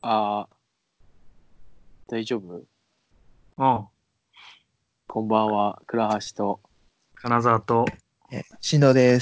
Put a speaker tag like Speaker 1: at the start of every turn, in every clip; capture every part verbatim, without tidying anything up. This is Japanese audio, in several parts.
Speaker 1: あー、大丈夫？
Speaker 2: うん。
Speaker 1: こんばんは、倉橋と。
Speaker 2: 金沢と。
Speaker 3: え、しんどです。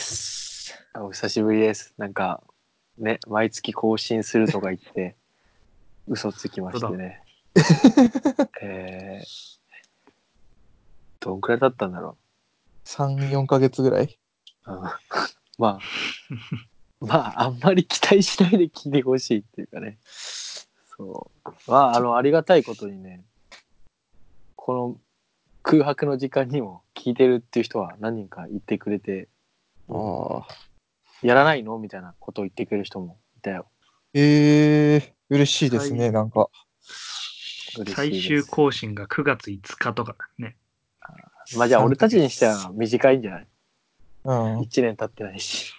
Speaker 1: あお久しぶりです。なんか、ね、毎月更新するとか言って、嘘つきましてね。えー、どんくらい経ったんだろ
Speaker 3: さん、よんかげつぐらい。
Speaker 1: う。うん、まあ、まあ、あんまり期待しないで聞いてほしいっていうかね。そう。まあ、あの、ありがたいことにね、この空白の時間にも聞いてるっていう人は何人か言ってくれて、
Speaker 3: ああ。
Speaker 1: やらないのみたいなことを言ってくれる人もいたよ。
Speaker 3: えー、嬉しいですね、
Speaker 2: 最
Speaker 3: なんか。
Speaker 1: 嬉
Speaker 2: 最終
Speaker 1: しいです。
Speaker 2: 更新がくがついつかとかだね。
Speaker 1: まあじゃあ俺たちにして
Speaker 3: さんか
Speaker 1: は短いんじゃない？
Speaker 3: げつ。うん。
Speaker 1: いちねん経ってないし。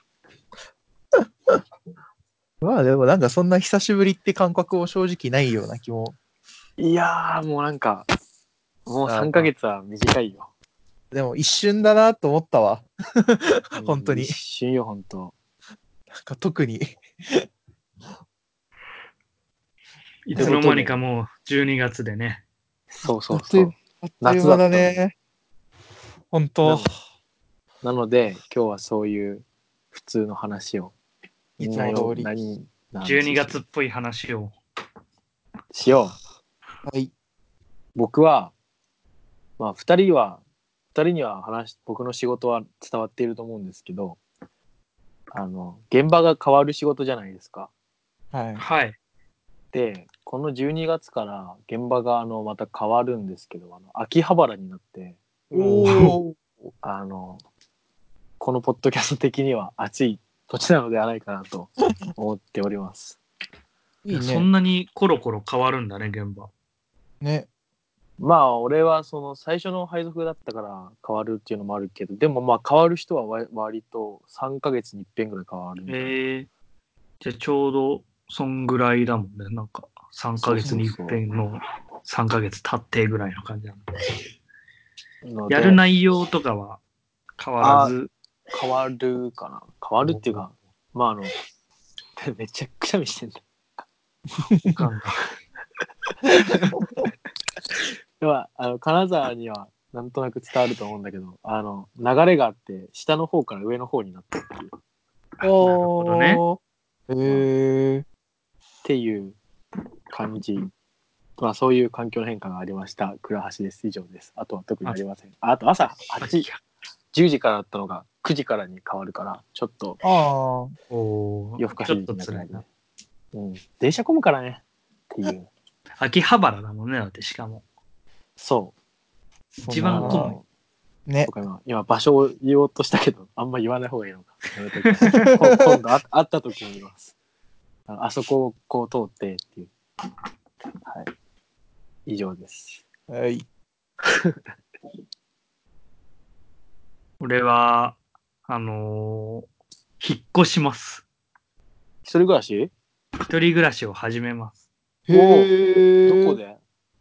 Speaker 3: まあでもなんかそんな久しぶりって感覚も正直ないような気も。
Speaker 1: いやーもうなんか、もう
Speaker 3: あ
Speaker 1: 3ヶ月は短いよ。
Speaker 3: でも一瞬だなと思ったわ。本当
Speaker 1: うん、一
Speaker 3: に。
Speaker 1: 瞬よ、ほんと。
Speaker 3: なんか特に。
Speaker 1: という
Speaker 2: いつの間
Speaker 1: ことでね、
Speaker 2: にかもうじゅうにがつでね。
Speaker 1: そうそ
Speaker 3: あっという
Speaker 1: うそう。
Speaker 3: あっという
Speaker 1: 夏だ
Speaker 3: 間だ
Speaker 1: ったのに。
Speaker 3: ね。本当。
Speaker 1: なの、なので、今日はそういう普通の話を、
Speaker 3: いつ
Speaker 1: 何を、
Speaker 3: も通り。
Speaker 1: 何の
Speaker 2: 12
Speaker 1: 話しよ
Speaker 2: 月っぽい話を。
Speaker 1: う。しよう。
Speaker 3: はい。
Speaker 1: 僕は、まあ二人は、二人には話、僕の仕事は伝わっていると思うんですけど、あの、現場が変わる仕事じゃないですか。
Speaker 3: はい。
Speaker 2: はい。
Speaker 1: でこのじゅうにがつから現場があのまた変わるんですけど、あの秋葉原になって、
Speaker 2: おお。
Speaker 3: おー。
Speaker 1: あのこのポッドキャスト的には暑い土地なのではないかなと思っております。
Speaker 3: いいね。
Speaker 2: そんなにコロコロ変わるんだね、現場。
Speaker 3: ね。
Speaker 1: まあ俺はその最初の配属だったから変わるっていうのもあるけど、でもまあ変わる人はわ割とさんかげつにいっぺんぐらい変わるんじゃないかな。
Speaker 2: えー、じゃあちょうどそんぐらいだもんね。なんか3
Speaker 1: そう
Speaker 2: ヶ月に一
Speaker 1: そうそ
Speaker 2: 遍のさんかげつ経ってぐらいの感じなんで。
Speaker 1: うの
Speaker 2: やる
Speaker 1: で、
Speaker 2: 内容とかは変わら
Speaker 1: あ
Speaker 2: ず。
Speaker 1: 変わるかな、変わるっていうか、まああのめっちゃくしゃみしてんだ。
Speaker 2: わかんない。
Speaker 1: ではあの金沢にはなんとなく伝わると思うんだけど、あの流れがあって下の方から上の方になったっていう、
Speaker 2: なるほどね。
Speaker 3: おー。え
Speaker 1: まあ、っ
Speaker 3: ー。
Speaker 1: ていう感じ、まあそういう環境の変化がありました。倉橋です。以上です。あとは特にありません。あと朝はち、じゅうじからだったのがくじからに変わるから、ちょっと
Speaker 3: ああ。
Speaker 2: おーちょっ
Speaker 1: 夜更かしでき
Speaker 2: と辛いな。
Speaker 1: なくなるね。うん。電車混むからねっていう。
Speaker 2: 秋葉原だもんね、だってしかも。
Speaker 1: そ
Speaker 3: そん
Speaker 2: 一
Speaker 1: う。あ
Speaker 2: 番混む。
Speaker 3: な。
Speaker 1: の、
Speaker 3: ね。
Speaker 1: そうか今、今場所を言おうとしたけど、あんま言わない方がいいのか。やめときます。こ今度あ会った時に言います。ああそこをこう通ってっていう。はい。以上です。
Speaker 3: はい。
Speaker 2: 俺は、あのー引っ越します。
Speaker 1: 一人暮らし？
Speaker 2: 一人暮らしを始めます。
Speaker 1: おお、ど
Speaker 3: へえ。
Speaker 1: こで？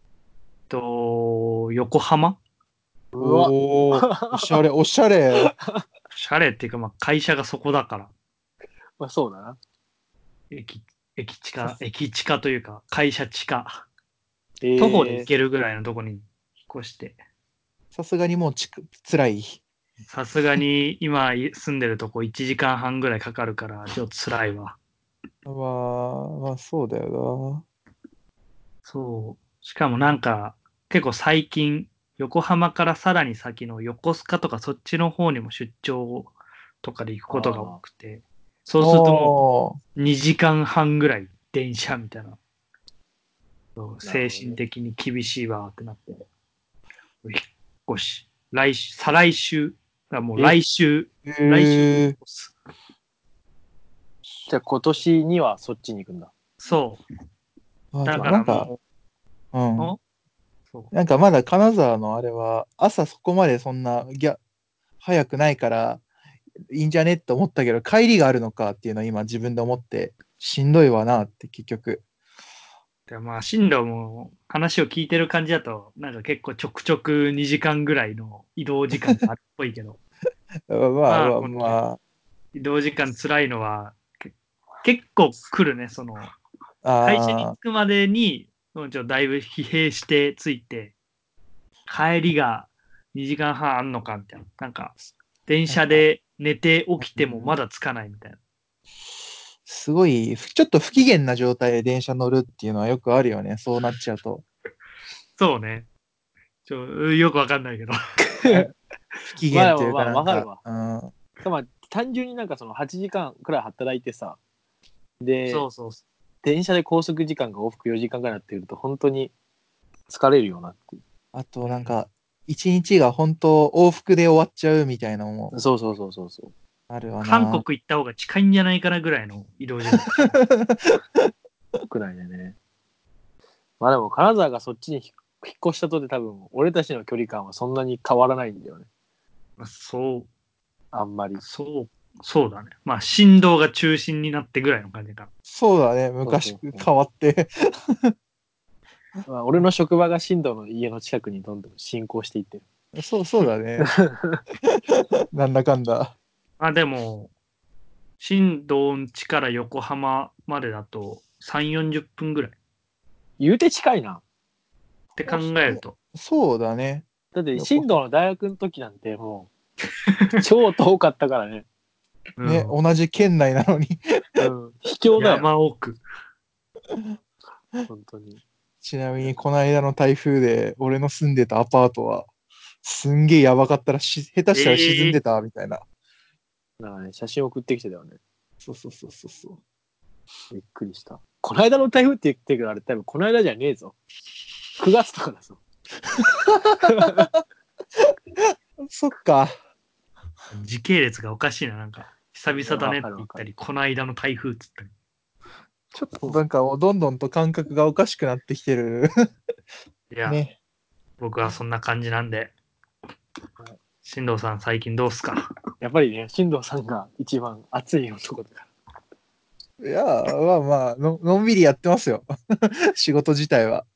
Speaker 2: と、横浜。
Speaker 1: うわ。
Speaker 3: おー。おしゃれ、おしゃれ。
Speaker 2: シャレっていうか、まあ、会社がそこだから、
Speaker 1: まあそうだな。
Speaker 2: 駅、駅地下、
Speaker 3: さす、
Speaker 2: 駅地下というか、会社地下。徒歩で行
Speaker 1: ええ
Speaker 2: けるぐらいのとこに引っ越して、
Speaker 3: さすがにもうちく、辛い。
Speaker 2: さすがに今住んでるとこいちじかんはんぐらいかかるから、ちょっと辛いわ。
Speaker 3: まあ、まあそうだよ
Speaker 2: そう。しかもなんか、結構最近、横浜からさらに先の横須賀とかそっちの方にも出張とかで行くことが多
Speaker 1: あ
Speaker 2: くて、
Speaker 3: な。
Speaker 2: そうするとも
Speaker 3: ああ。
Speaker 2: うにじかんはんぐらい電車みたいな、そう
Speaker 1: あ、なる
Speaker 2: 精
Speaker 1: ほどね。
Speaker 2: 神的に厳しいわってなって、引っ越し、来週、再来週、あもう
Speaker 1: え、
Speaker 2: 来週、
Speaker 3: へ
Speaker 2: 来週に引っ
Speaker 3: え。
Speaker 2: 越す。
Speaker 1: じゃあ今年にはそっちに行くんだ。
Speaker 2: そう。
Speaker 3: あ、で
Speaker 2: だか
Speaker 3: もなんか、
Speaker 2: らもう、
Speaker 3: うん。
Speaker 2: おそう。
Speaker 3: なんかまだ金沢のあれは、朝そこまでそんな、ぎゃ、早くないから、いいんじゃねって思ったけど、帰りがあるのかっていうのを今自分で思って、しんどいわなって結局。
Speaker 2: でまあ、進路も話を聞いてる感じだと、なんか結構ちょくちょくにじかんぐらいの移動時間があるっぽいけど、
Speaker 3: まあまあ
Speaker 2: まあ、
Speaker 3: まあ
Speaker 2: この
Speaker 3: まあ、
Speaker 2: 移動時間辛いのは、け結構来るね、その、 会社に
Speaker 3: あ
Speaker 2: 着くまでに、うんちょっとだいぶ疲弊して着いて、帰りがにじかんはんあんのかみたいな。なんか、電車で寝て起きてもまだ着かないみたいな。
Speaker 3: すごい、ふちょっと不機嫌な状態で電車乗るっていうのはよくあるよね。そうなっちゃうと。
Speaker 2: そうね。ちょよくわかんないけど。
Speaker 3: 不機
Speaker 1: まあで
Speaker 3: 嫌というか
Speaker 1: もまあ
Speaker 3: なんか、
Speaker 1: わかるわ。
Speaker 3: うん、
Speaker 1: まあ単純になんかそのはちじかんくらい働いてさ、で、
Speaker 2: そうそうそ
Speaker 1: 電車で拘束時間が往復よじかんくらいになってくると本当に疲れるよなってい
Speaker 3: あとなんか、一日が本当往復で終わっちゃうみたいなのも
Speaker 1: う。そうそうそうそうそう。
Speaker 3: あるわ
Speaker 2: 韓
Speaker 3: な。
Speaker 2: 国行った方が近いんじゃないかなぐらいの移動時間。
Speaker 1: くらいでね。まあでも金沢がそっちに引っ越したとて多分俺たちの距離感はそんなに変わらないんだよね。
Speaker 2: まあそう、
Speaker 1: あんまり。
Speaker 2: そう、そうだね。まあ振動が中心になってぐらいの感じか。
Speaker 3: そうだね、昔
Speaker 1: そうそうそう
Speaker 3: 変わって。
Speaker 1: まあ、俺の職場が新藤の家の近くにどんどん進行していってる。
Speaker 3: そうそうだね。なんだかんだ。
Speaker 2: まあでも、新道ん家から横浜までだとさん、よんじゅっぷんぐらい。っ
Speaker 1: 言うて近いな。
Speaker 2: て考えると。
Speaker 3: そうだね。
Speaker 1: だって新
Speaker 3: 横
Speaker 1: 藤の大学の時なんてもう超遠かったからね。
Speaker 3: ね、
Speaker 2: うん、
Speaker 3: 同じ県内なのに。
Speaker 1: うん。秘境だよ。
Speaker 2: 山奥。
Speaker 1: 本当に。
Speaker 3: ちなみに、この間の台風で、俺の住んでたアパートは、すんげえやばかったらし、下手したら沈んでた、みたいな。
Speaker 1: なんかね、写真送ってきてたよね。
Speaker 3: そうそうそうそうそう。
Speaker 1: びっくりした。この間の台風って言ってるけど、あれ多分この間じゃねえぞ。くがつとかだぞ。
Speaker 3: そっか。
Speaker 2: 時系列がおかしいな。なんか、久々だねって言
Speaker 1: わかる
Speaker 2: ったり、この間の台風っつったり。
Speaker 3: ちょっとなんかもうどんどんと感覚がおかしくなってきてる。
Speaker 2: いや、
Speaker 3: ね。
Speaker 2: 僕はそんな感じなんで。新藤さん、最近どうすか？
Speaker 1: やっぱりね、新藤さんが一番熱い男だから。
Speaker 3: いや、まあまあの、のんびりやってますよ。仕事自体は。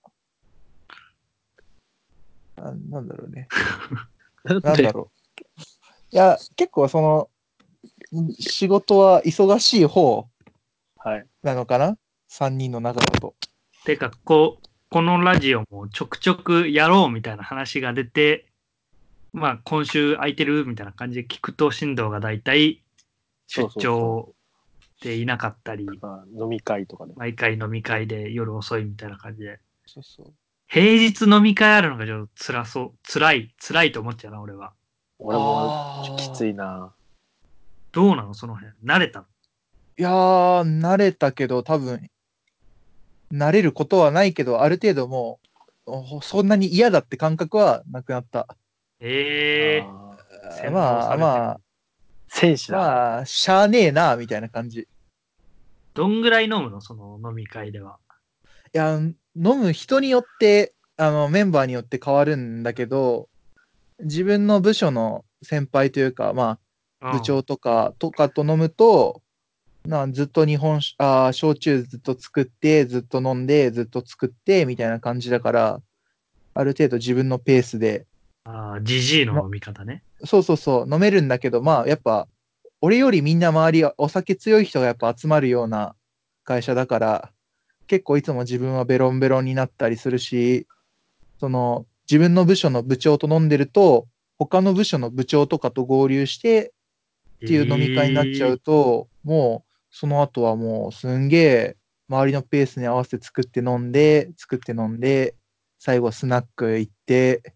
Speaker 3: ななんだろうね。
Speaker 1: なんで
Speaker 3: なんだろう。いや、結構その、仕事は忙しい方
Speaker 1: はい。
Speaker 3: なのかな？ さん 人の中だと。
Speaker 2: てか、こう、このラジオもちょくちょくやろうみたいな話が出て、まあ、今週空いてるみたいな感じで聞くと、新藤が大体出
Speaker 1: そうそうそ
Speaker 2: 張でいなかったり、
Speaker 1: う。まあ、飲み会とかで。
Speaker 2: 毎回飲み会で夜遅いみたいな感じで。
Speaker 3: そうそう。
Speaker 2: 平日飲み会あるのがちょっと辛そう。辛い、辛いと思っちゃうな、俺は。
Speaker 1: 俺もきつ
Speaker 3: ああ。
Speaker 1: いな。
Speaker 2: どうなのその辺。慣れたの？
Speaker 3: いやー、慣れたけど、多分、慣れることはないけど、ある程度もう、おそんなに嫌だって感覚はなくなった。
Speaker 2: ええ
Speaker 1: あー
Speaker 2: ー、洗脳
Speaker 3: まあ
Speaker 2: されてる。
Speaker 3: まあ、
Speaker 1: 戦士だ。
Speaker 3: まあ、しゃあねえな、みたいな感じ。い
Speaker 2: どんぐらい飲むのその飲み会では。
Speaker 3: や、飲む人によって、あの、メンバーによって変わるんだけど、自分の部署の先輩というか、まあ、部長
Speaker 2: うん。
Speaker 3: とか、とかと飲むと、なずっと日本酒、あー焼酎ずっと作って、ずっと飲んで、ずっと作って、みたいな感じだから、ある程度自分のペースで、
Speaker 2: ああ、ジジイの
Speaker 3: の
Speaker 2: 飲み方ね。
Speaker 3: そうそうそう、飲めるんだけど、まあ、やっぱ、俺よりみんな周りはお酒強い人がやっぱ集まるような会社だから、結構いつも自分はベロンベロンになったりするし、その、自分の部署の部長と飲んでると、他の部署の部長とかと合流してっていう飲み会になっちゃう
Speaker 2: ええ
Speaker 3: と、もう、その後はもうすんげえ、周りのペースに合わせて作って飲んで、作って飲んで、最後スナック行って、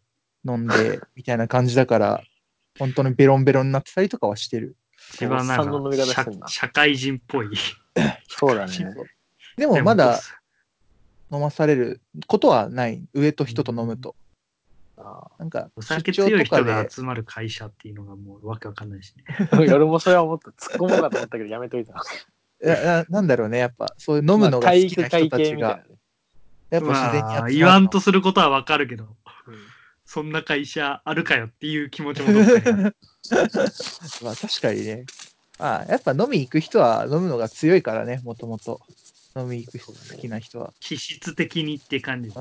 Speaker 3: 飲んで、みたいな感じだから、本当にベロンベロンになってたりとかはしてる。
Speaker 2: 一
Speaker 1: おっ
Speaker 2: 番なんか
Speaker 1: さんの飲み方し
Speaker 2: 社、
Speaker 1: てんな。
Speaker 2: 社会人っぽい。
Speaker 1: そうだね。
Speaker 3: でも
Speaker 2: でも、
Speaker 3: まだ飲まされることはない。上と人と飲むと。
Speaker 1: あ
Speaker 3: なんか、
Speaker 2: お
Speaker 3: 出張
Speaker 2: 酒強い
Speaker 3: とかで、
Speaker 2: 人が集まる会社っていうのがもうわけわかんないしね。
Speaker 1: ー俺もそれは思った。突っ込もうかと思ったけどやめといた。
Speaker 3: いやななんだろうね、やっぱ、そういう飲む
Speaker 1: まあ
Speaker 3: のが好
Speaker 1: 体育会
Speaker 3: きな人たちが、
Speaker 1: 系みたいなね。
Speaker 3: やっぱ自然に
Speaker 2: まあ、
Speaker 3: 集まるの。
Speaker 2: 言わんとすることはわかるけど、
Speaker 1: うん
Speaker 2: そんな会社あるかよっていう気持ちもどっかにある。
Speaker 3: まあ確かにね。まあ、やっぱ飲み行く人は飲むのが強いからね、もともと。飲み行く人好きな人は。
Speaker 2: 気質的にって感じ。
Speaker 3: うん。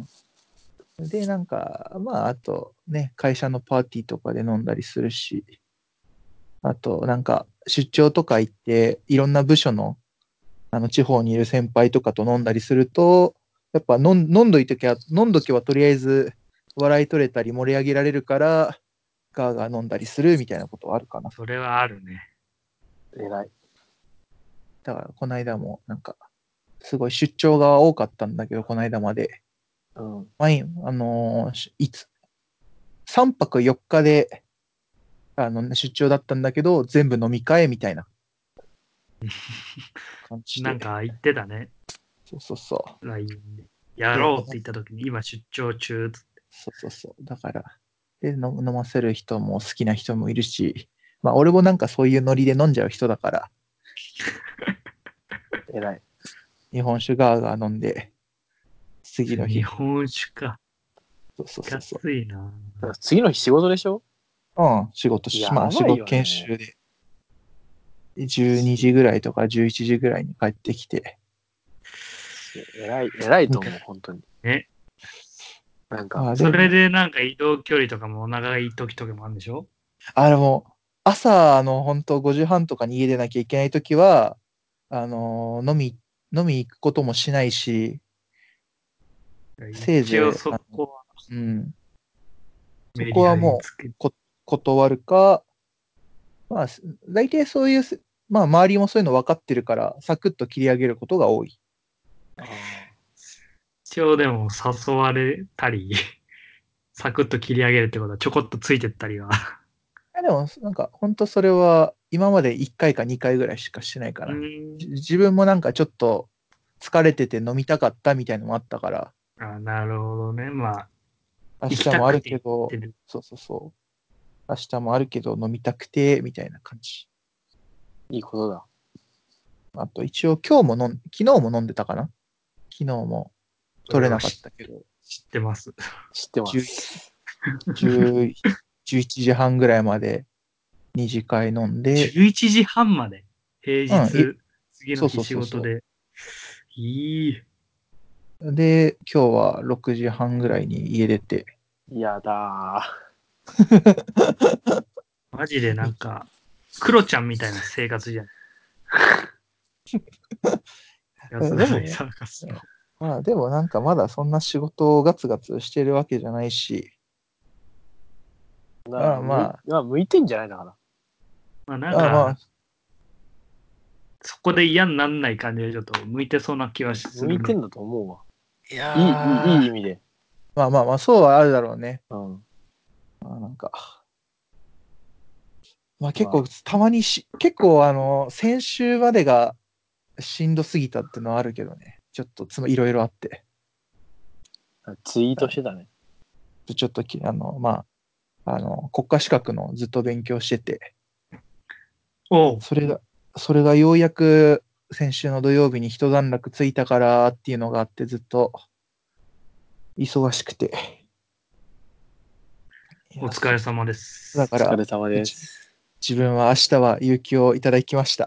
Speaker 3: で、なんか、まあ、あとね、会社のパーティーとかで飲んだりするし、あと、なんか、出張とか行って、いろんな部署のあの地方にいる先輩とかと飲んだりすると、やっぱ飲ん飲んどいときは、飲んどけばとりあえず笑い取れたり盛り上げられるから、ガーガー飲んだりするみたいなことはあるかな。
Speaker 2: それはあるね。
Speaker 1: 偉い。
Speaker 3: だから、この間もなんか、すごい出張が多かったんだけど、この間まで。
Speaker 1: うん。
Speaker 3: 毎あのーしいつ、さんぱくよっかで、あの、出張だったんだけど、全部飲み会みたいな感じで。
Speaker 2: なんか言ってたね。
Speaker 3: そうそうそう。
Speaker 2: ライン で。やろうって言った時に、今出張中。
Speaker 3: そうそうそう。だから、で、飲飲ませる人も好きな人もいるし、まあ、俺もなんかそういうノリで飲んじゃう人だから、
Speaker 1: 偉い。
Speaker 3: 日本酒ガーガー飲んで、次の日。
Speaker 2: 日本酒か。
Speaker 3: そうそうそ
Speaker 2: が
Speaker 3: うそう。
Speaker 2: ついな。
Speaker 1: 次の日仕事でしょ？
Speaker 3: うん、仕事し、
Speaker 1: や
Speaker 3: まあ、仕
Speaker 1: ばいよね
Speaker 3: 事研修で、じゅうにじぐらいとかじゅういちじぐらいに帰ってきて、
Speaker 1: 偉い、偉いと思う、本当に。
Speaker 2: ね。
Speaker 1: なんか、
Speaker 3: まあ、で
Speaker 2: そ
Speaker 3: も、
Speaker 2: れでなんか移動距離とかも長い時とかもあるんでしょ？
Speaker 3: あれも、朝、あの、本当ごじはんとかに家出なきゃいけないときは、あのー飲み、飲み行くこともしないし、せい
Speaker 2: 一応
Speaker 3: ぜい、あの
Speaker 2: そこは
Speaker 3: うん、そ
Speaker 2: メリハリに
Speaker 3: こはも
Speaker 2: つけて。
Speaker 3: うこ断るか、まあ、す大体そういうす、まあ、周りもそういうの分かってるから、サクッと切り上げることが多い。
Speaker 1: あ
Speaker 2: 一応でも誘われたり、サクッと切り上げるってことはちょこっとついてったりは。
Speaker 3: あでも、なんか、本当それは、今までいっかいかにかいぐらいしかしてないか
Speaker 2: う
Speaker 3: な。じ
Speaker 2: ーん。
Speaker 3: 自分もなんかちょっと疲れてて飲みたかったみたいのもあったから、
Speaker 2: あ、なるほどね。まあ、
Speaker 3: 明
Speaker 2: 行き
Speaker 3: 日もある
Speaker 2: たくて行っ
Speaker 3: けど、
Speaker 2: てる。
Speaker 3: そうそうそう。明日もあるけど飲みたくて、みたいな感じ。
Speaker 1: いいことだ。
Speaker 3: あと一応今日も飲ん、昨日も飲んでたかな。昨日も取れなかったけど、
Speaker 2: 知ってます。
Speaker 1: 知ってま
Speaker 3: 10
Speaker 1: す。
Speaker 3: じゅう じゅういちじはんぐらいまでに次会飲んで、
Speaker 2: じゅういちじはんまで平
Speaker 3: うん、い
Speaker 2: 日、次の
Speaker 3: そう
Speaker 2: 日
Speaker 3: そうそうそ
Speaker 2: 仕事で。いい。
Speaker 3: う。で、今日はろくじはんぐらいに家出て、
Speaker 1: やだ
Speaker 2: マジでなんか、クロちゃんみたいな生活じゃん。安
Speaker 3: でも、
Speaker 2: 田サーカスの。
Speaker 3: まあでもなんかまだそんな仕事をガツガツしてるわけじゃないし、
Speaker 1: ー。だから向い
Speaker 3: まあまあ、
Speaker 1: まあ、向いてんじゃないだから。
Speaker 2: まあなん
Speaker 3: まあまあ、
Speaker 2: か、そこで嫌になんない感じでちょっと向いてそうな気はするね。
Speaker 1: 向いてんだと思うわ。
Speaker 3: い
Speaker 1: いい、いい、いい
Speaker 3: やー、
Speaker 1: 意味で。
Speaker 3: まあまあまあ、そうはあるだろうね。
Speaker 1: うん。
Speaker 3: まあなんか、まあ結
Speaker 1: ま
Speaker 3: 構、たまにし、結構あの、先週までがしんどすぎたってのはあるけどね。ちょっとつま、いろいろあって。
Speaker 1: あ、ツイートしてたね。
Speaker 3: ちょっとき、あの、まあ、あの、国家資格のずっと勉強してて、
Speaker 2: おう。
Speaker 3: それが、それがようやく先週の土曜日に一段落ついたからっていうのがあってずっと忙しくて。いや
Speaker 2: お疲れ様です。
Speaker 3: だから、
Speaker 1: お疲れ様で
Speaker 3: じ
Speaker 1: す。
Speaker 3: 自分は明日は有給をいただきました。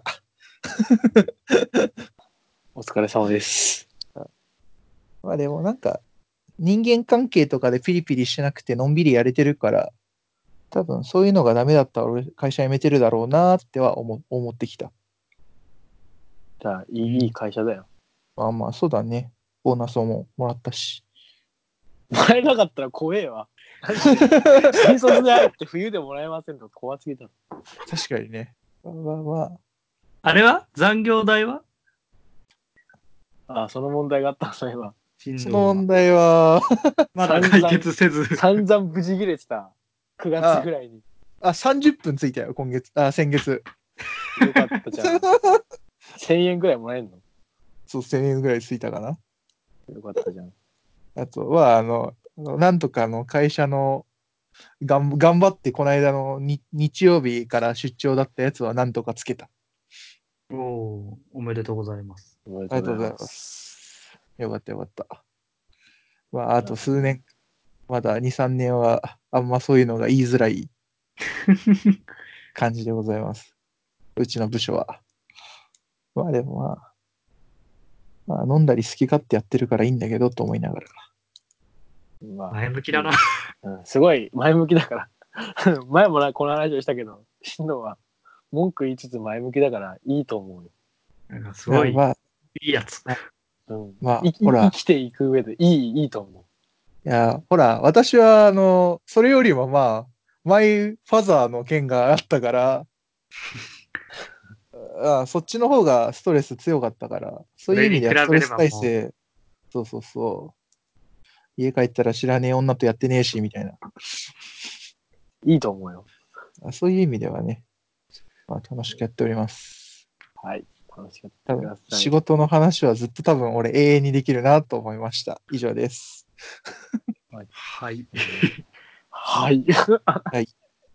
Speaker 1: お疲れ様です。
Speaker 3: まあでもなんか、人間関係とかでピリピリしなくてのんびりやれてるから、多分そういうのがダメだったら俺会社辞めてるだろうなっては思思ってきた。
Speaker 1: じゃあ、いい,、
Speaker 2: うん
Speaker 1: いい会社だよ。
Speaker 3: まあまあ、そうだね。ボーナスももらったし。
Speaker 1: もらえなかったら怖えわ。マジで新卒で入って冬でもらえませんと怖すぎた。
Speaker 3: 確かにね。まあまあまあ。
Speaker 2: あれは残業代は
Speaker 1: ああ、その問題があったそういえば。
Speaker 3: そ
Speaker 2: 進藤は。
Speaker 3: の問題は、
Speaker 2: まだ解決せず。
Speaker 1: 散々無事切れてた。くがつぐらいに。
Speaker 3: あ、さんじゅっぷんついたよ、今月。あ、先月。
Speaker 1: よかったじゃん。せんえんぐらいもらえんの？
Speaker 3: そう、せんえんぐらいついたかな。
Speaker 1: よかったじゃん。
Speaker 3: あとは、あの、あのなんとかあの会社のがん頑張ってこの間のに日曜日から出張だったやつはなんとかつけた。
Speaker 2: おお、おめでとうございます。
Speaker 1: おめで
Speaker 3: ありがとうござい
Speaker 1: とうございま
Speaker 3: ます。
Speaker 1: す。
Speaker 3: よかったよかった。まあ、あと数年、まだに、さんねんはあんまそういうのが言いづらい感じでございます。うちの部署は。まあでもまあ、まあ飲んだり好き勝手やってるからいいんだけどと思いながら。
Speaker 1: まあ、
Speaker 2: 前向きだな。
Speaker 1: うん、すごい前向きだから。前もなこの話をしたけど、しんどは文句言いつつ前向きだからいいと思うよ。
Speaker 2: なんかすごい
Speaker 3: まあ、
Speaker 2: いいやつ。
Speaker 1: うん。
Speaker 3: まあ
Speaker 1: 生き
Speaker 3: ほら
Speaker 1: 生きていく上でいい、いいと思
Speaker 3: いや、ほら、私は、あの、それよりもまあ、マイファザーの件があったから、あそっちの方がストレス強かったから、そういう意味ではストレス耐性、そうそうそう。家帰ったら知らねえ女とやってねえし、みたいな。
Speaker 1: う。いいと思うよ。
Speaker 3: あそういう意味ではね、まあ、楽しくやっております。
Speaker 1: はい。楽しかっ
Speaker 3: 多分
Speaker 1: たください。
Speaker 3: 仕事の話はずっと多分俺永遠にできるなと思いました。以上です。
Speaker 2: はい。
Speaker 1: はい。
Speaker 3: はい。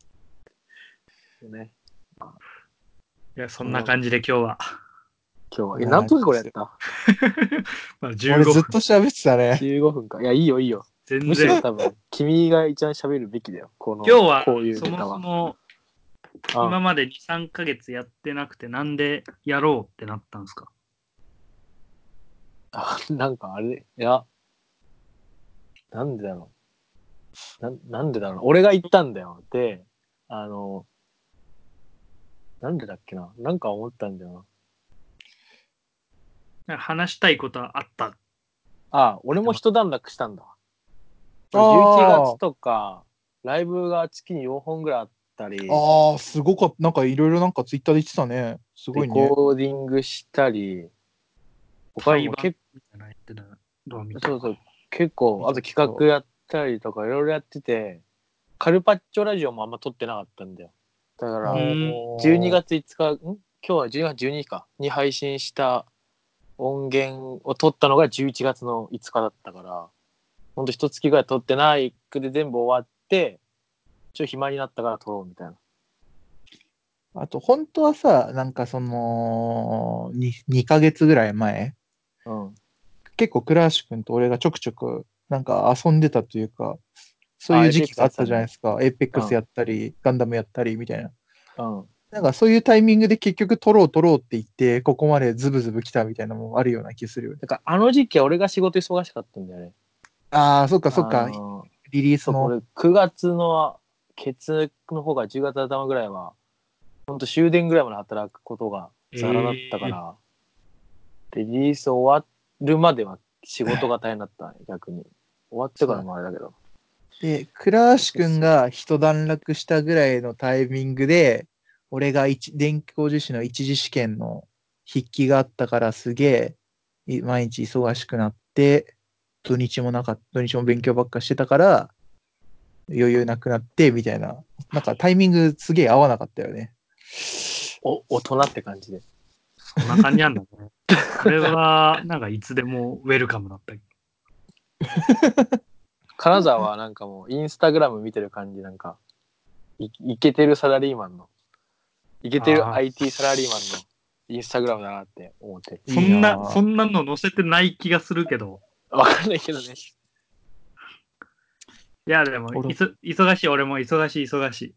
Speaker 1: ね、
Speaker 2: いや、そんな感じで今日は。
Speaker 1: 今日は、え、何分これやった
Speaker 2: まあ15
Speaker 3: 俺
Speaker 2: 分。
Speaker 3: ずっと喋ってたね。
Speaker 1: じゅうごふんか。いや、いいよ、いいよ。
Speaker 2: 全
Speaker 1: むしろ
Speaker 2: 然。
Speaker 1: 多分、君が一番喋るべきだよ。この、
Speaker 2: 今日は
Speaker 1: こういう
Speaker 2: そも
Speaker 1: ネタは。
Speaker 2: そも
Speaker 1: あ
Speaker 2: 今までに、さんかげつやってなくて、なんでやろうってなったんですか？
Speaker 1: あ、なんかあれ、いや、なんでだろう。ななんでだろうな。俺が言ったんだよ。で、あの、なんでだっけな。なんか思ったんだよ
Speaker 2: なんか話したいことはあった。
Speaker 1: な。あ、俺も一段落したんだ。
Speaker 3: あ
Speaker 1: じゅういちがつ
Speaker 3: ー
Speaker 1: とか、ライブが月によんほんぐらいあったり、
Speaker 3: あー、すごかった。なんかいろいろなんかツイッターで言ってたね。すご
Speaker 1: レ
Speaker 3: いね。
Speaker 1: コーディングしたり、他に
Speaker 2: 対バン
Speaker 1: も結
Speaker 2: みたいなのやってたのを見た
Speaker 1: そうそう、結構、あと企
Speaker 3: そう
Speaker 1: 画やったりとかいろいろやってて、カルパッチョラジオもあんま撮ってなかったんだよ。だから、
Speaker 2: ん
Speaker 1: じゅうにがついつか、ん今日はじゅうにがつじゅうににちかに配信した音源を撮ったのがじゅういちがつのいつかだったから、ほんと一月ぐらい撮ってないくで全部終わって、ちょっと暇になったから撮ろうみたいな。
Speaker 3: あと、本当はさ、なんかその、ににかげつぐらい前、
Speaker 1: うん。
Speaker 3: 結構倉橋くんと俺がちょくちょくなんか遊んでたというか、そう
Speaker 1: あ、
Speaker 3: いう
Speaker 1: エイペックス
Speaker 3: 時期があった
Speaker 1: やってたね。
Speaker 3: じゃないですか。エイペックス
Speaker 1: うん。
Speaker 3: やったり、ガンダムやったりみたいな。
Speaker 1: うん。
Speaker 3: なんかそういうタイミングで結局撮ろう撮ろうって言って、ここまでズブズブ来たみたいなのもあるような気するよね。
Speaker 1: だからあの時期は俺が仕事忙しかったんだよね。
Speaker 3: ああ、そっかそっ
Speaker 1: あ
Speaker 3: か。
Speaker 1: の
Speaker 3: リリース
Speaker 1: そう、こ
Speaker 3: の。
Speaker 1: れくがつのケツの方がじゅうがつ頭ぐらいは、ほんと終電ぐらいまで働くことがザラだったから、でリリース終わるまでは仕事が大変だったね、逆に。終わってからもあれだけど。
Speaker 3: で、倉橋くんが一段落したぐらいのタイミングで、俺が一電気工事士の一次試験の筆記があったからすげえ、い毎日忙しくなって、土日もなかった、土日も勉強ばっかしてたから、余裕なくなって、みたいな。なんかタイミングすげえ合わなかったよね。
Speaker 1: お、大人って感じで。
Speaker 2: そんな感じなんだね。それは、なんかいつでもウェルカムだったけ
Speaker 1: 金沢はなんかもうインスタグラム見てる感じなんか、いイケてるサラリーマンの、イケてる
Speaker 2: あー
Speaker 1: アイティー サラリーマンのインスタグラムだなって思ってる。
Speaker 2: そん
Speaker 3: いい
Speaker 2: な、
Speaker 3: な
Speaker 2: そんなの載せてない気がするけど。
Speaker 1: わかんないけどね。
Speaker 2: いや、でも、い
Speaker 3: 俺
Speaker 2: そ忙しい、俺も忙しい、忙しい。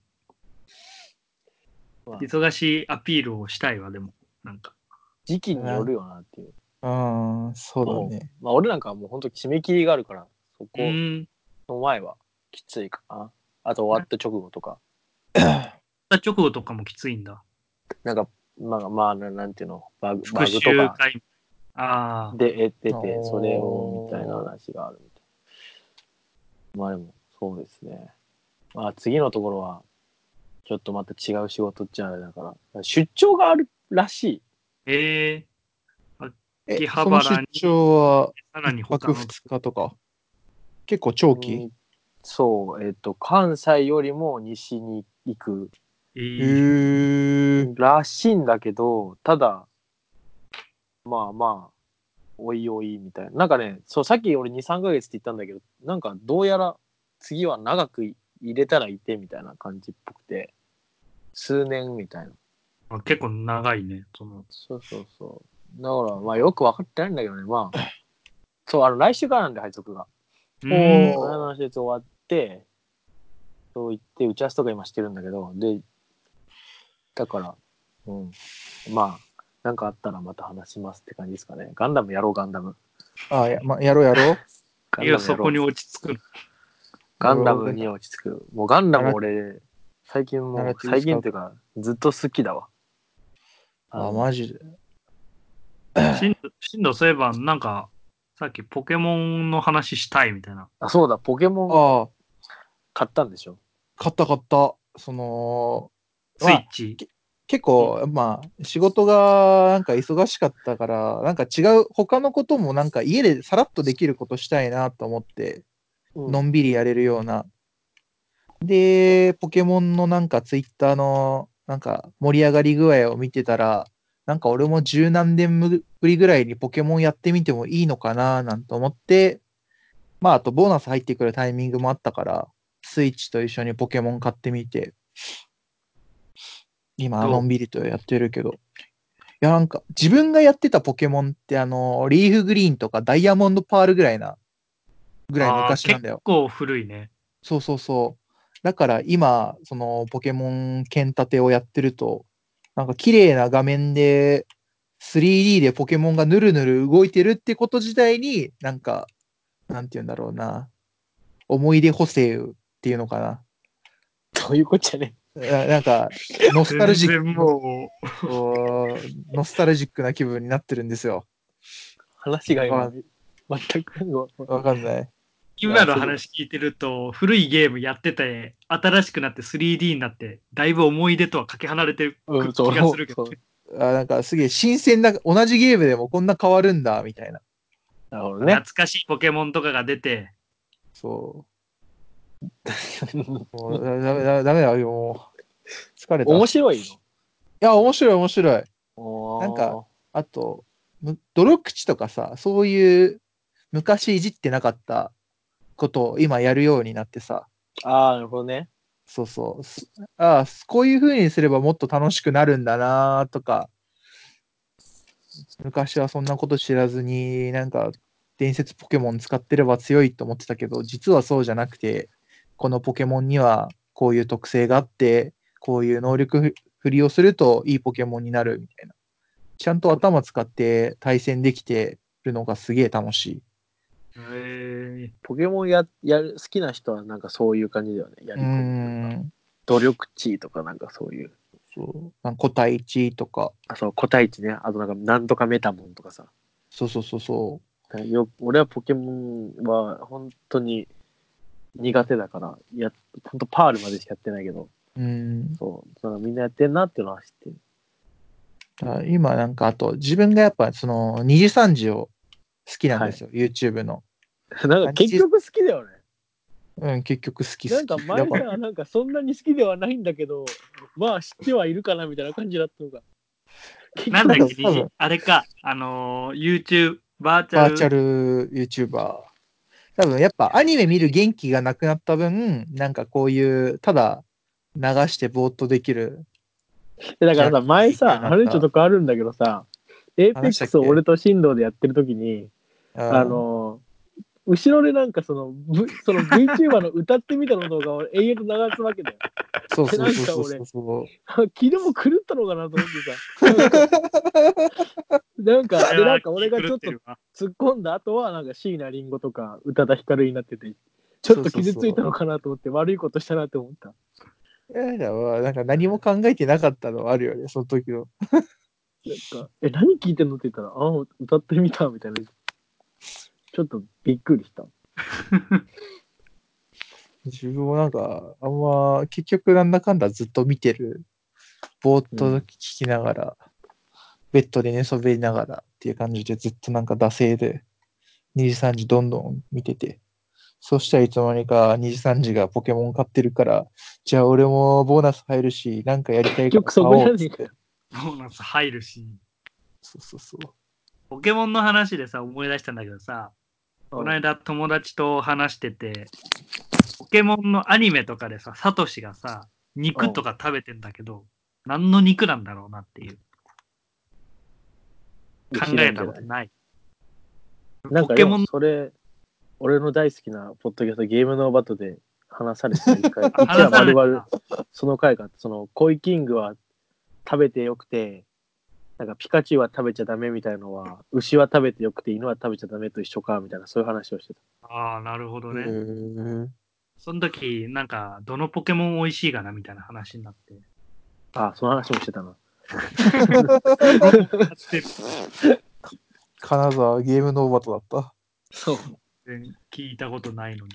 Speaker 1: まあ、
Speaker 2: 忙しいアピールをしたいわ、でも。なんか。
Speaker 1: 時期によるよなっていう。
Speaker 3: うん、そうだ
Speaker 1: も
Speaker 3: ね。
Speaker 1: う、まあ俺なんかはもう本当締め切りがあるから、そこ
Speaker 2: うーん。
Speaker 1: の前はきついかな。あと終わった直後とか。
Speaker 2: 直後とかもきついんだ。
Speaker 1: なんか、まあまあ、ななんていうの、バグ
Speaker 2: 復
Speaker 1: バグとか
Speaker 2: 習会。ああ。
Speaker 1: でえ出て、それをみたいな
Speaker 3: おー
Speaker 1: 話があるみたいな。まあでも、そうですね。まあ次のところは、ちょっとまた違う仕事っちゃあれだから、出張があるらしい。
Speaker 2: ええ
Speaker 3: え、
Speaker 2: 秋葉
Speaker 3: その出
Speaker 2: 原に、
Speaker 3: 張は
Speaker 2: さら
Speaker 3: 一
Speaker 2: に他の。
Speaker 3: 泊二日とか結構長期
Speaker 1: うんそう、えっ、と、関西よりも西に行く
Speaker 3: へ
Speaker 2: ええ
Speaker 3: ー。
Speaker 1: らしいんだけど、ただ、まあまあ、おいおいみたいな。なんかね、そう、さっき俺に、さんかげつって言ったんだけど、なんかどうやら次は長く入れたらいてみたいな感じっぽくて、数年みたいな。
Speaker 2: あ結構長いね。その。
Speaker 1: そうそうそう。だから、まあよく分かってないんだけどね、まあ、そう、あの、来週からなんで配属が。
Speaker 2: うーん。
Speaker 1: この間の施設終わって、そう言って打ち合わせとか今してるんだけど、で、だから、うん。まあ、なんかあったらまた話しますって感じですかね。ガンダムやろう、ガンダム。
Speaker 3: あ、や、ま、やろうやろ
Speaker 1: ガ
Speaker 2: いや、
Speaker 1: ンダムやろう。
Speaker 2: そこに落ち着く。
Speaker 1: ガンダムに落ち着く。もうガンダム俺、最近もう、
Speaker 3: ナラティブ
Speaker 1: 最
Speaker 3: スカウト。
Speaker 1: 近っていうか、ずっと好きだわ。あ
Speaker 3: あ、
Speaker 1: の、
Speaker 3: マジで。
Speaker 2: しんしんどそういえば、なんか、さっきポケモンの話したいみたいな。
Speaker 1: あ、そうだ、ポケモン
Speaker 3: ああ、
Speaker 1: 買ったんでしょ。
Speaker 3: 買った買った。その、
Speaker 2: スイ
Speaker 3: まあ、
Speaker 2: ッチ。
Speaker 3: け結構、まあ、仕事がなんか忙しかったから、なんか違う、他のこともなんか家でさらっとできることしたいなと思って、
Speaker 1: うん
Speaker 3: のんびりやれるような。で、ポケモンのなんかツイッターのなんか盛り上がり具合を見てたら、なんか俺も十何年ぶりぐらいにポケモンやってみてもいいのかななんて思って、まああとボーナス入ってくるタイミングもあったから、スイッチと一緒にポケモン買ってみて、今
Speaker 2: どう
Speaker 3: のんびりとやってるけど。いやなんか自分がやってたポケモンってあの、リーフグリーンとかダイヤモンドパールぐらいな、ぐらい
Speaker 2: ああ、
Speaker 3: 昔なんだよ。
Speaker 2: 結構古いね。
Speaker 3: そうそうそう。だから今、そのポケモン剣立てをやってると、なんか綺麗な画面で スリーディー でポケモンがぬるぬる動いてるってこと自体に、なんか、なんて言うんだろうな。思い出補正っていうのかな。
Speaker 1: どういうこっちゃね。
Speaker 3: ななんか、ノスタルジッ
Speaker 2: 全然もう、
Speaker 3: ク、ノスタルジックな気分になってるんですよ。
Speaker 1: 話が今
Speaker 3: わ、
Speaker 1: 全くわ
Speaker 3: わかんない。
Speaker 2: 今の話聞いてると、古いゲームやってて、新しくなって スリーディー になって、だいぶ思い出とはかけ離れてる
Speaker 1: うん、そう
Speaker 2: 気がするけど
Speaker 1: そう。
Speaker 3: あなんかすげえ新鮮な、同じゲームでもこんな変わるんだ、みたいな。
Speaker 1: なるほどね
Speaker 2: 懐。かしいポケモンとかが出て、
Speaker 3: そう。もうだダメだ、ダメだよ、もう。疲れた。い
Speaker 1: 面白い
Speaker 3: や、面白い、面白い。
Speaker 1: の。
Speaker 3: なんか、あと、む泥口とかさ、そういう昔いじってなかったことを今やるようになってさ、
Speaker 1: ああ、なるほどね。
Speaker 3: そうそう。すああ、こういう風にすればもっと楽しくなるんだなとか、昔はそんなこと知らずに、なんか、伝説ポケモン使ってれば強いと思ってたけど、実はそうじゃなくて、このポケモンにはこういう特性があって、こういう能力ふ振りをするといいポケモンになるみたいな。ちゃんと頭使って対戦できてるのがすげえ楽しい。
Speaker 2: え
Speaker 1: ポケモンややる好きな人はなんかそういう感じだよね。や
Speaker 3: うー
Speaker 1: り込むというか。
Speaker 3: ん。
Speaker 1: 努力値とかなんかそういう。
Speaker 3: そう。なんか個体値とか。
Speaker 1: あ、そう、個体値ね。あとなんかなんとかメタモンとかさ。
Speaker 3: そうそうそうそ
Speaker 1: よ俺はポケモンは本当に苦手だから、や本当パールまでしかやってないけど、
Speaker 3: う。うーん。
Speaker 1: そう、なんかみんなやってんなっていうのは知ってる。
Speaker 3: あ今なんかあと、自分がやっぱそのにじさんじを好きなん
Speaker 1: はい。
Speaker 3: ですよ。YouTube の。
Speaker 1: なんか結局好きだよね。
Speaker 3: うん、結局好き
Speaker 1: なんか
Speaker 3: 好き。だから、
Speaker 1: 前さ、なんかそんなに好きではないんだけど、まあ知ってはいるかなみたいな感じだったのが。
Speaker 2: ー、なんだっけ、
Speaker 3: 多分
Speaker 2: あれか、あのー、YouTube、バーチャル。
Speaker 3: バーチャル YouTuber。多分やっぱアニメ見る元気がなくなった分、なんかこういう、ただ流してぼーっとできる
Speaker 1: でだからさ、
Speaker 3: ジャンルが
Speaker 1: 前さ、
Speaker 3: いいようになった。
Speaker 1: 話ちょっと変わるんだけどさ、エーペックスを
Speaker 3: 話したっけ
Speaker 1: 俺と振動でやってる時に、あ
Speaker 3: あ
Speaker 1: の後ろでなんかその、v、その VTuber の歌ってみたの動画を永遠と流すわけだよ。
Speaker 3: そう
Speaker 1: で、
Speaker 3: そうそうそう
Speaker 1: なんか俺、
Speaker 3: そう。
Speaker 1: 気でも狂ったのかなと思ってさ、なんか、なんかで、なんか俺がちょっと突っ込んだ後は、なんか椎名林檎とか宇多田ヒカルになってて、ちょっと傷ついたのかなと思って悪いことしたなって思った。
Speaker 3: いやだわなんか何も考えてなかったのはあるよね、その時の。
Speaker 1: なんか、え、何聞いてんのって言ったら、あ、歌ってみたみたいな。ちょっとびっくりした。
Speaker 3: 自分もなんか、あんま、結局なんだかんだずっと見てる。ぼーっと聞きながら、ベッドで寝そべりながらっていう感じでずっとなんか惰性でにじさんじどんどん見てて。そしたらいつの間にかにじさんじがポケモン買ってるから、じゃあ俺もボーナス入るし、なんかやりたいから買おうっつって。
Speaker 2: ボーナス入るし。
Speaker 3: そうそうそう。
Speaker 2: ポケモンの話でさ、思い出したんだけどさ、この間友達と話してて、ポケモンのアニメとかでさ、サトシがさ、肉とか食べてんだけど、何の肉なんだろうなっていう。考えたことない。
Speaker 1: なんかでもそれ、俺の大好きなポッドキャストゲームノーバトで話されてた一回、一話丸々その回が、そのコイキングは食べてよくて、なんかピカチュウは食べちゃダメみたいのは、牛は食べてよくて犬は食べちゃダメと一緒かみたいな、そういう話をしてた。
Speaker 2: ああ、なるほどね。
Speaker 3: ー
Speaker 2: その時、なんか、どのポケモン美味しいかなみたいな話になって。
Speaker 1: ああ、その話もしてたな。
Speaker 3: 金沢ゲームノーバトだった。
Speaker 1: そう。
Speaker 2: 全然聞いたことないのに。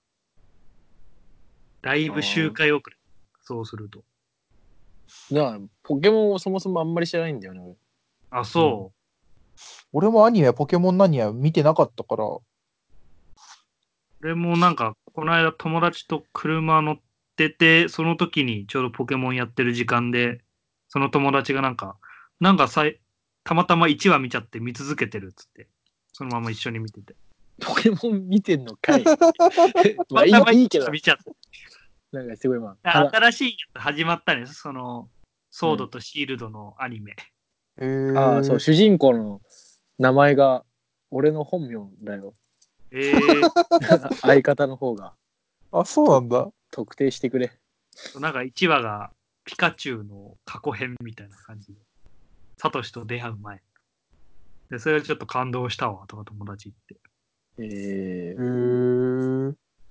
Speaker 2: だいぶ周回遅れ。そうすると。
Speaker 1: だから、ポケモンをそもそもあんまり知らないんだよね、俺。
Speaker 2: あ、そ
Speaker 3: 俺もアニメ、ポケモン何や見てなかったから。
Speaker 2: う。俺もなんか、この間友達と車乗ってて、その時にちょうどポケモンやってる時間で、その友達がなんか、なんかさいたまたまいちわ見ちゃって見続けてるっつって、そのまま一緒に見てて。
Speaker 1: ポケモン見てんのかい。まあいい
Speaker 2: たまたま
Speaker 1: いいけど、
Speaker 2: 見ちゃって。
Speaker 1: なんかすごいまあ、
Speaker 2: あ
Speaker 1: ただ、
Speaker 2: 新しいやつ始まったんです。その、ソードとシールドのアニメ。
Speaker 3: へー
Speaker 1: ああ、そう、主人公の名前が俺の本名だよ。
Speaker 2: えー、
Speaker 1: 相方の方が
Speaker 3: あ、そうなんだ。
Speaker 1: 特定してくれ。
Speaker 2: なんかいちわがピカチュウの過去編みたいな感じで。サトシと出会う前。で、それでちょっと感動したわ、とか友達言って。
Speaker 1: え
Speaker 3: へ
Speaker 1: ー、
Speaker 3: ー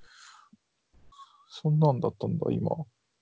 Speaker 3: そんなんだったんだ、今。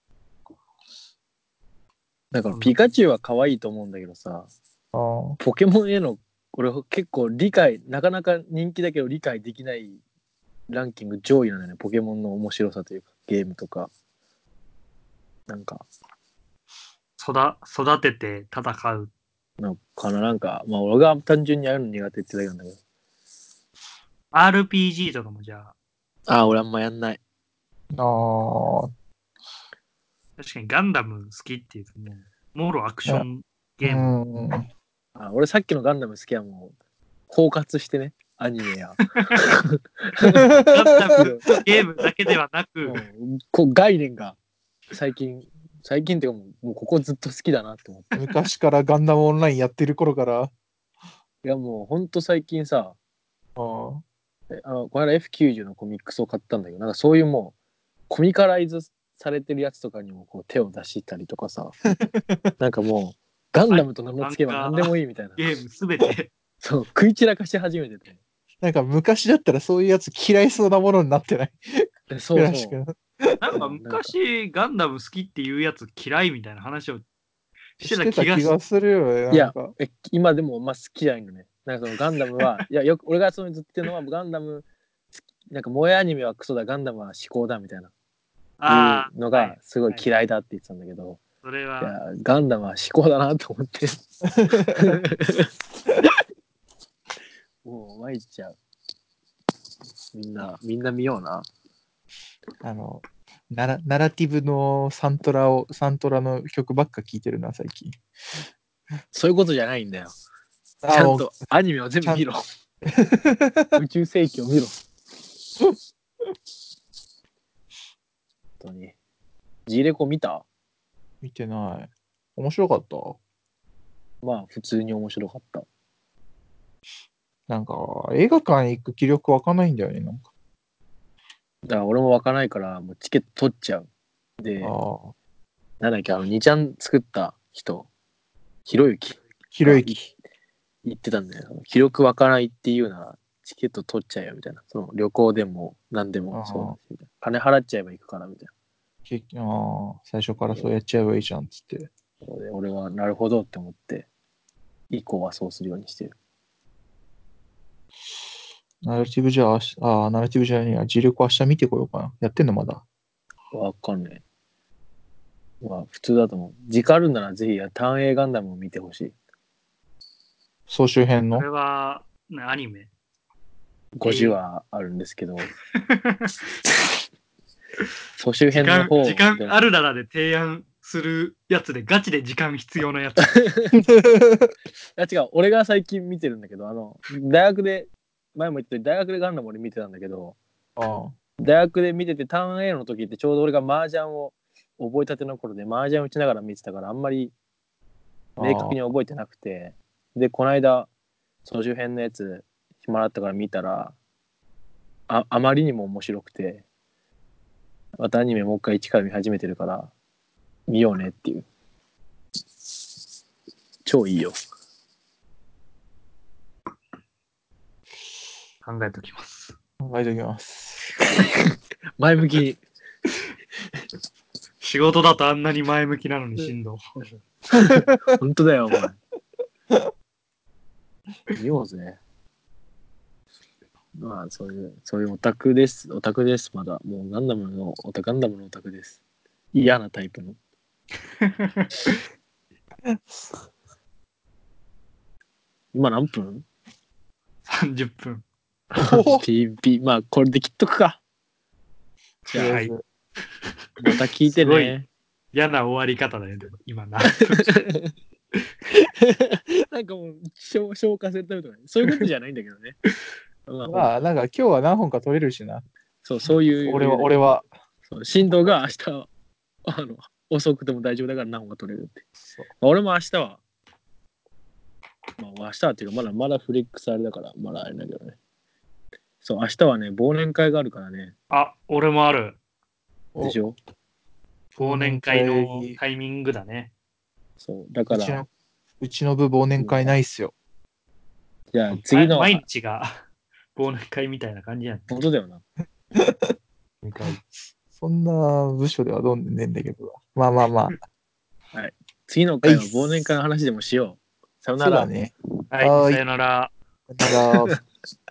Speaker 1: だからピカチュウは可愛いと思うんだけどさ、
Speaker 3: あー
Speaker 1: ポケモンへの俺結構理解、なかなか人気だけど理解できないランキング上位なのよね。ポケモンの面白さというか、ゲームとか。なんか、
Speaker 2: 育育てて戦う。
Speaker 1: なんかな、なんか、まあ俺が単純にやるの苦手ってだけなんだけど。
Speaker 2: アールピージー とかもじゃあ、
Speaker 1: ああ、俺あんまやんない。
Speaker 3: あー。
Speaker 2: 確かにガンダム好きっていうともう、もろアクションゲーム。
Speaker 3: うん。
Speaker 1: あ俺さっきのガンダム好きはもう、包括してね、アニメや。
Speaker 2: ガンダムとゲームだけではなく、
Speaker 1: うんこう概念が最近、最近っていうかもうもうここずっと好きだなって思って。
Speaker 3: 昔からガンダムオンラインやってる頃から。
Speaker 1: いやもうほんと最近さ、
Speaker 3: あー
Speaker 1: えあのこの間 エフきゅうじゅう のコミックスを買ったんだけど、なんかそういうもうコミカライズされてるやつとかにもこう手を出したりとかさ、なんかもうガンダムと名の付けば何でもいいみたいな。
Speaker 2: ゲームすべて。
Speaker 1: そう、食い散らかし始めてて。
Speaker 3: なんか昔だったらそういうやつ嫌いそうなものになってない。
Speaker 1: でそう
Speaker 3: クラシッ
Speaker 1: そう。
Speaker 3: ク
Speaker 2: なんか昔ガンダム好きっていうやつ嫌いみたいな話をして
Speaker 3: したてた
Speaker 2: 気がし
Speaker 3: 気がするよね。
Speaker 1: いや
Speaker 3: なんか。
Speaker 1: え今でもまあ好きじゃないのね。なんかそのガンダムはいやよく俺がそのずっと言ってるのはガンダムなんか萌えアニメはクソだガンダムは思考だみたいな
Speaker 2: あ
Speaker 1: いうの
Speaker 2: あ、はい
Speaker 1: がすごい嫌いだって言ってたんだけど、
Speaker 2: それは、
Speaker 1: いやガンダムは思考だなと思ってもう参っちゃう。みんなみんな見ような。
Speaker 3: あの、ナラナラティブのサントラを、サントラの曲ばっか聴いてるな、最近。
Speaker 1: そういうことじゃないんだよ。ち
Speaker 3: あもう
Speaker 1: ゃんとアニメを全部見ろ。宇宙世紀を見ろ。本当に。G レコ見た？
Speaker 3: 見てない。面白かった。
Speaker 1: まあ普通に面白かった。
Speaker 3: なんか、映画館行く気力湧かないんだよね、なんか。
Speaker 1: だから俺も湧かないからもうチケット取っちゃう。で、
Speaker 3: ああ、
Speaker 1: なんだっけ、あのにちゃん作った人、ひろゆき
Speaker 3: ひろゆき。
Speaker 1: 言ってたんだよ。気力湧かないっていうならチケット取っちゃえよみたいな。その旅行でも何でもそうだしみたいな。金払っちゃえば行くからみたい
Speaker 3: けああ、最初からそうやっちゃえばいいじゃん、つって。
Speaker 1: な。で俺はなるほどって思って、以降はそうするようにしてる。
Speaker 3: ナラティブじゃあ、ああ、ナラティブじゃねえや。磁力明日見てこようかな。やってんのまだ。
Speaker 1: わかんない。まあ普通だと思う。時間あるならぜひ単影ガンダムを見てほしい。
Speaker 3: 総集編の
Speaker 2: これは、ね、アニメ。
Speaker 1: ごじゅうわあるんですけど、総集編の
Speaker 2: 時間
Speaker 1: 方
Speaker 2: 時間
Speaker 1: でも
Speaker 2: あるならで提案するやつでガチで時間必要なやつ。
Speaker 1: いや違う、俺が最近見てるんだけど、あの、大学で、前も言ったように大学でガンダム俺見てたんだけど、
Speaker 3: ああ、
Speaker 1: 大学で見てて、ターン A の時ってちょうど俺が麻雀を覚えたての頃で、麻雀打ちながら見てたから、あんまり明確に覚えてなくて、で、この間、総集編のやつ、暇だったから見たら、ああまりにも面白くて、またアニメもう一回一から見始めてるから、見ようねっていう。超いいよ。
Speaker 2: 考えときます。
Speaker 3: 考えておきます。
Speaker 1: 前向きに。
Speaker 2: 仕事だとあんなに前向きなのにしんど。
Speaker 1: 本当だよ、お前。 見ようぜ。まあ、そういう、そういうオタクです。オタクです。まだ。もうガンダムの、オタガンダムのオタクです。嫌なタイプの。今何分
Speaker 2: さんじゅっぷん。
Speaker 3: お
Speaker 1: ?ピーピー、まあ、これで切っとくか。じゃあ、
Speaker 2: はい
Speaker 1: また聞いて
Speaker 2: すごい
Speaker 1: ね。
Speaker 2: 嫌な終わり方だよ、でも今な。
Speaker 1: なんかもう消、消化されたりとか、ね、そういうことじゃないんだけどね。まあ、ほら
Speaker 3: まあ、なんか今日は何本か取れるしな。
Speaker 1: そう、そういう。
Speaker 3: 俺は、俺は。
Speaker 1: そう振動が明日、あの、遅くても大丈夫だから何本か取れるって。
Speaker 3: そう
Speaker 1: まあ俺も明日は、まあ明日はっていうか、まだまだフレックスあれだから、まだあれだけどね。そう、明日はね、忘年会があるからね。
Speaker 2: あ、俺もある。
Speaker 3: お
Speaker 1: でしょ
Speaker 2: 忘年会のタイミングだね。
Speaker 1: そう、だから
Speaker 3: うちの、、うちの部忘年会ないっすよ。
Speaker 1: じゃあ次の、
Speaker 2: 毎日が忘年会みたいな感じやん。
Speaker 1: 本当だよな。
Speaker 2: 忘年会
Speaker 3: そんな部署ではどんでんねんだけど。まあまあまあ。
Speaker 1: はい。次の回は忘年会の話でもしよう。さよなら。
Speaker 3: そうだね。
Speaker 2: はい、さ
Speaker 3: はーい。
Speaker 2: よなら。
Speaker 3: さよなら。